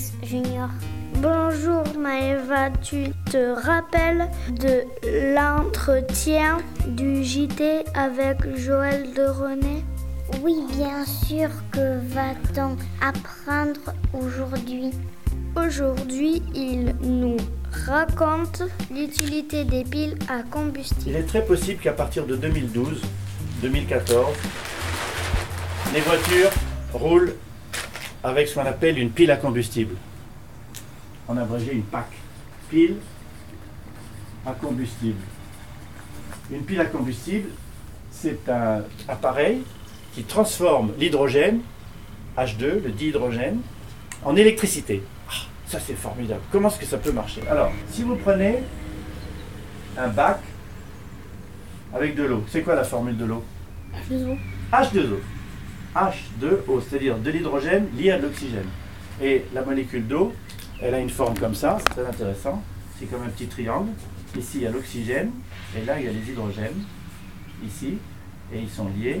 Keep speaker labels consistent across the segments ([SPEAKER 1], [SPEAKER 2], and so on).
[SPEAKER 1] Max Junior. Bonjour Maëva, tu te rappelles de l'entretien du JT avec Joël de René?
[SPEAKER 2] Oui, bien sûr. Que va-t-on apprendre aujourd'hui?
[SPEAKER 1] Aujourd'hui, il nous raconte l'utilité des piles à combustible.
[SPEAKER 3] Il est très possible qu'à partir de 2012-2014, les voitures roulent avec ce qu'on appelle une pile à combustible. En abrégé, une PAC. Pile à combustible. Une pile à combustible, c'est un appareil qui transforme l'hydrogène, H2, le dihydrogène, en électricité. Ça c'est formidable. Comment est-ce que ça peut marcher? Alors, si vous prenez un bac avec de l'eau, c'est quoi la formule de l'eau?
[SPEAKER 1] H2O.
[SPEAKER 3] H2O. H2O, c'est-à-dire de l'hydrogène lié à de l'oxygène. Et la molécule d'eau, elle a une forme comme ça, c'est très intéressant. C'est comme un petit triangle. Ici, il y a l'oxygène, et là, il y a les hydrogènes, ici, et ils sont liés.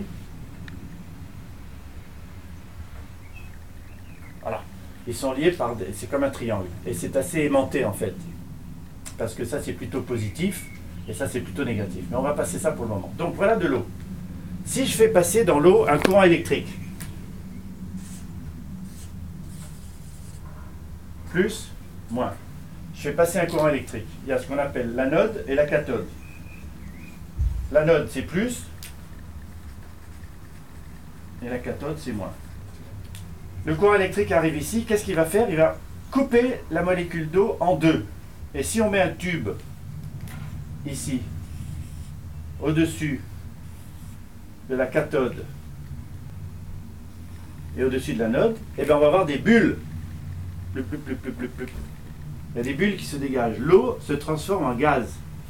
[SPEAKER 3] Voilà. Ils sont liés par c'est comme un triangle. Et c'est assez aimanté en fait. Parce que ça c'est plutôt positif et ça c'est plutôt négatif. Mais on va passer ça pour le moment. Donc voilà de l'eau. Si je fais passer dans l'eau un courant électrique, plus, moins. Je fais passer un courant électrique. Il y a ce qu'on appelle l'anode et la cathode. L'anode c'est plus et la cathode c'est moins. Le courant électrique arrive ici, qu'est-ce qu'il va faire? Il va couper la molécule d'eau en deux. Et si on met un tube ici, au-dessus de la cathode et au-dessus de l'anode, eh bien on va avoir des bulles. Il y a des bulles qui se dégagent. L'eau se transforme en gaz.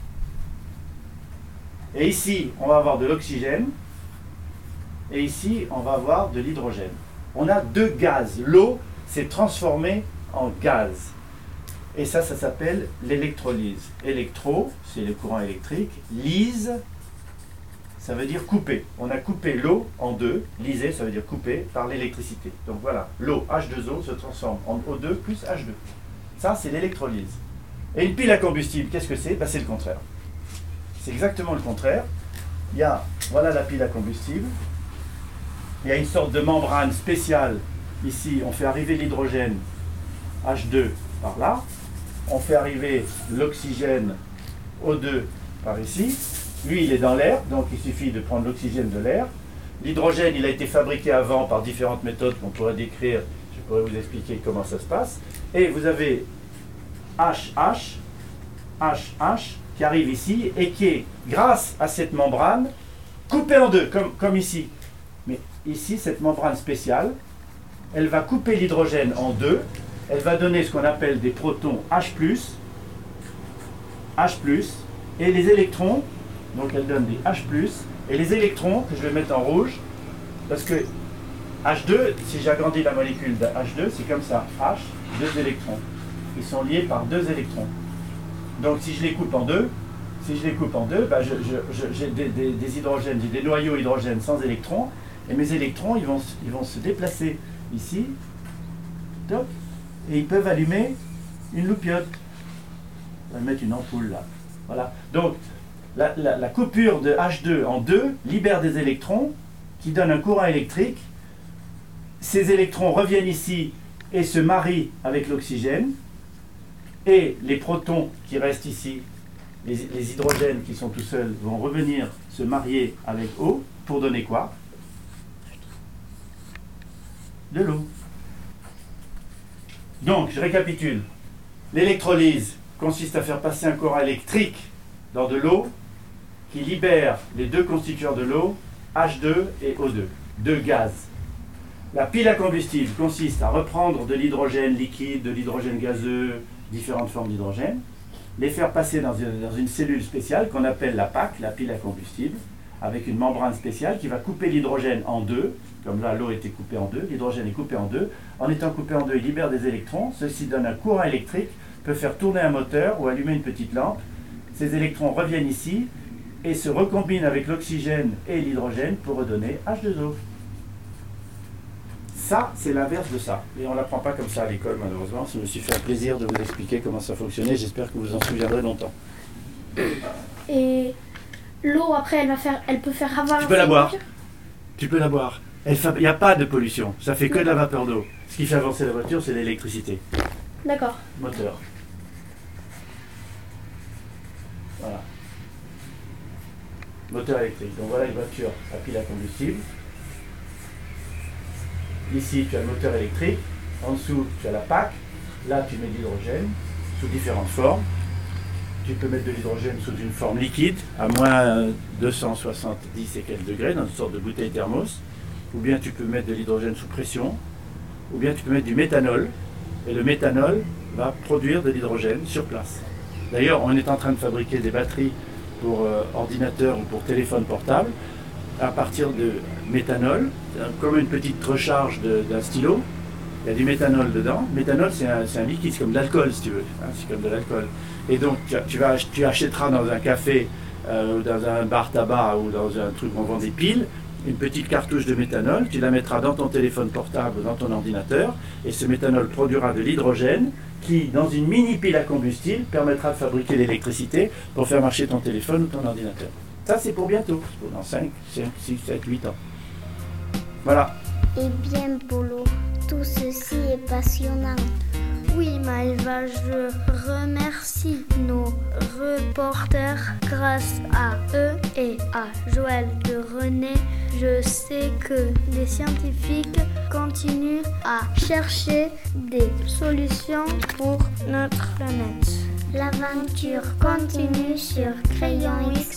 [SPEAKER 3] Et ici, on va avoir de l'oxygène. Et ici, on va avoir de l'hydrogène. On a deux gaz. L'eau s'est transformée en gaz. Et ça s'appelle l'électrolyse. Électro, c'est le courant électrique. Lyse, ça veut dire couper. On a coupé l'eau en deux. Lyser, ça veut dire couper par l'électricité. Donc voilà, l'eau H2O se transforme en O2 plus H2. Ça, c'est l'électrolyse. Et une pile à combustible, qu'est-ce que c'est? C'est le contraire. C'est exactement le contraire. Voilà la pile à combustible. Il y a une sorte de membrane spéciale. Ici, on fait arriver l'hydrogène H2 par là. On fait arriver l'oxygène O2 par ici. Lui, il est dans l'air, donc il suffit de prendre l'oxygène de l'air. L'hydrogène, il a été fabriqué avant par différentes méthodes qu'on pourrait décrire. Je pourrais vous expliquer comment ça se passe. Et vous avez HH qui arrive ici et qui est, grâce à cette membrane, coupé en deux, comme ici. Mais ici, cette membrane spéciale, elle va couper l'hydrogène en deux. Elle va donner ce qu'on appelle des protons H+, et les électrons, donc elle donne des H+, et les électrons, que je vais mettre en rouge, parce que H2, si j'agrandis la molécule de H2, c'est comme ça, H, deux électrons. Ils sont liés par deux électrons. Donc si je les coupe en deux, bah, j'ai des hydrogènes, j'ai des noyaux hydrogènes sans électrons, et mes électrons, ils vont se déplacer ici, top, et ils peuvent allumer une loupiote. On va mettre une ampoule là. Voilà. Donc, la coupure de H2 en 2 libère des électrons qui donnent un courant électrique. Ces électrons reviennent ici et se marient avec l'oxygène. Et les protons qui restent ici, les hydrogènes qui sont tout seuls, vont revenir se marier avec O pour donner quoi? De l'eau. Donc, je récapitule. L'électrolyse consiste à faire passer un courant électrique dans de l'eau qui libère les deux constituants de l'eau, H2 et O2, deux gaz. La pile à combustible consiste à reprendre de l'hydrogène liquide, de l'hydrogène gazeux, différentes formes d'hydrogène, les faire passer dans une cellule spéciale qu'on appelle la PAC, la pile à combustible, avec une membrane spéciale qui va couper l'hydrogène en deux. Comme là, l'eau était coupée en deux, l'hydrogène est coupé en deux. En étant coupé en deux, il libère des électrons. Ceci donne un courant électrique, peut faire tourner un moteur ou allumer une petite lampe. Ces électrons reviennent ici et se recombinent avec l'oxygène et l'hydrogène pour redonner H2O. Ça, c'est l'inverse de ça. Et on ne l'apprend pas comme ça à l'école, malheureusement. Je me suis fait un plaisir de vous expliquer comment ça fonctionnait. J'espère que vous en souviendrez longtemps.
[SPEAKER 1] Et l'eau, après, elle peut faire avancer.
[SPEAKER 3] Tu peux la boire. Tu peux la boire. Il n'y a pas de pollution. Ça fait que de la vapeur d'eau. Ce qui fait avancer la voiture, c'est l'électricité.
[SPEAKER 1] D'accord.
[SPEAKER 3] Moteur. Voilà. Moteur électrique. Donc voilà une voiture à pile à combustible. Ici, tu as le moteur électrique. En dessous, tu as la PAC. Là, tu mets de l'hydrogène sous différentes formes. Tu peux mettre de l'hydrogène sous une forme liquide, à moins 270 et quelques degrés, dans une sorte de bouteille thermos. Ou bien tu peux mettre de l'hydrogène sous pression. Ou bien tu peux mettre du méthanol. Et le méthanol va produire de l'hydrogène sur place. D'ailleurs, on est en train de fabriquer des batteries pour ordinateur ou pour téléphone portable à partir de méthanol, comme une petite recharge d'un stylo. Il y a du méthanol dedans. Le méthanol, c'est un liquide, c'est comme de l'alcool si tu veux. Hein, c'est comme de l'alcool. Et donc, tu achèteras dans un café, ou dans un bar tabac ou dans un truc où on vend des piles, une petite cartouche de méthanol. Tu la mettras dans ton téléphone portable ou dans ton ordinateur. Et ce méthanol produira de l'hydrogène qui, dans une mini pile à combustible, permettra de fabriquer l'électricité pour faire marcher ton téléphone ou ton ordinateur. Ça, c'est pour bientôt. C'est pour dans 5, 6, 7, 8 ans. Voilà.
[SPEAKER 2] Eh bien, Polo, tout ceci est passionnant.
[SPEAKER 1] Oui, Maëva, je remercie nos reporters. Grâce à eux et à Joël de René, je sais que les scientifiques continuent à chercher des solutions pour notre planète.
[SPEAKER 2] L'aventure continue sur Crayon X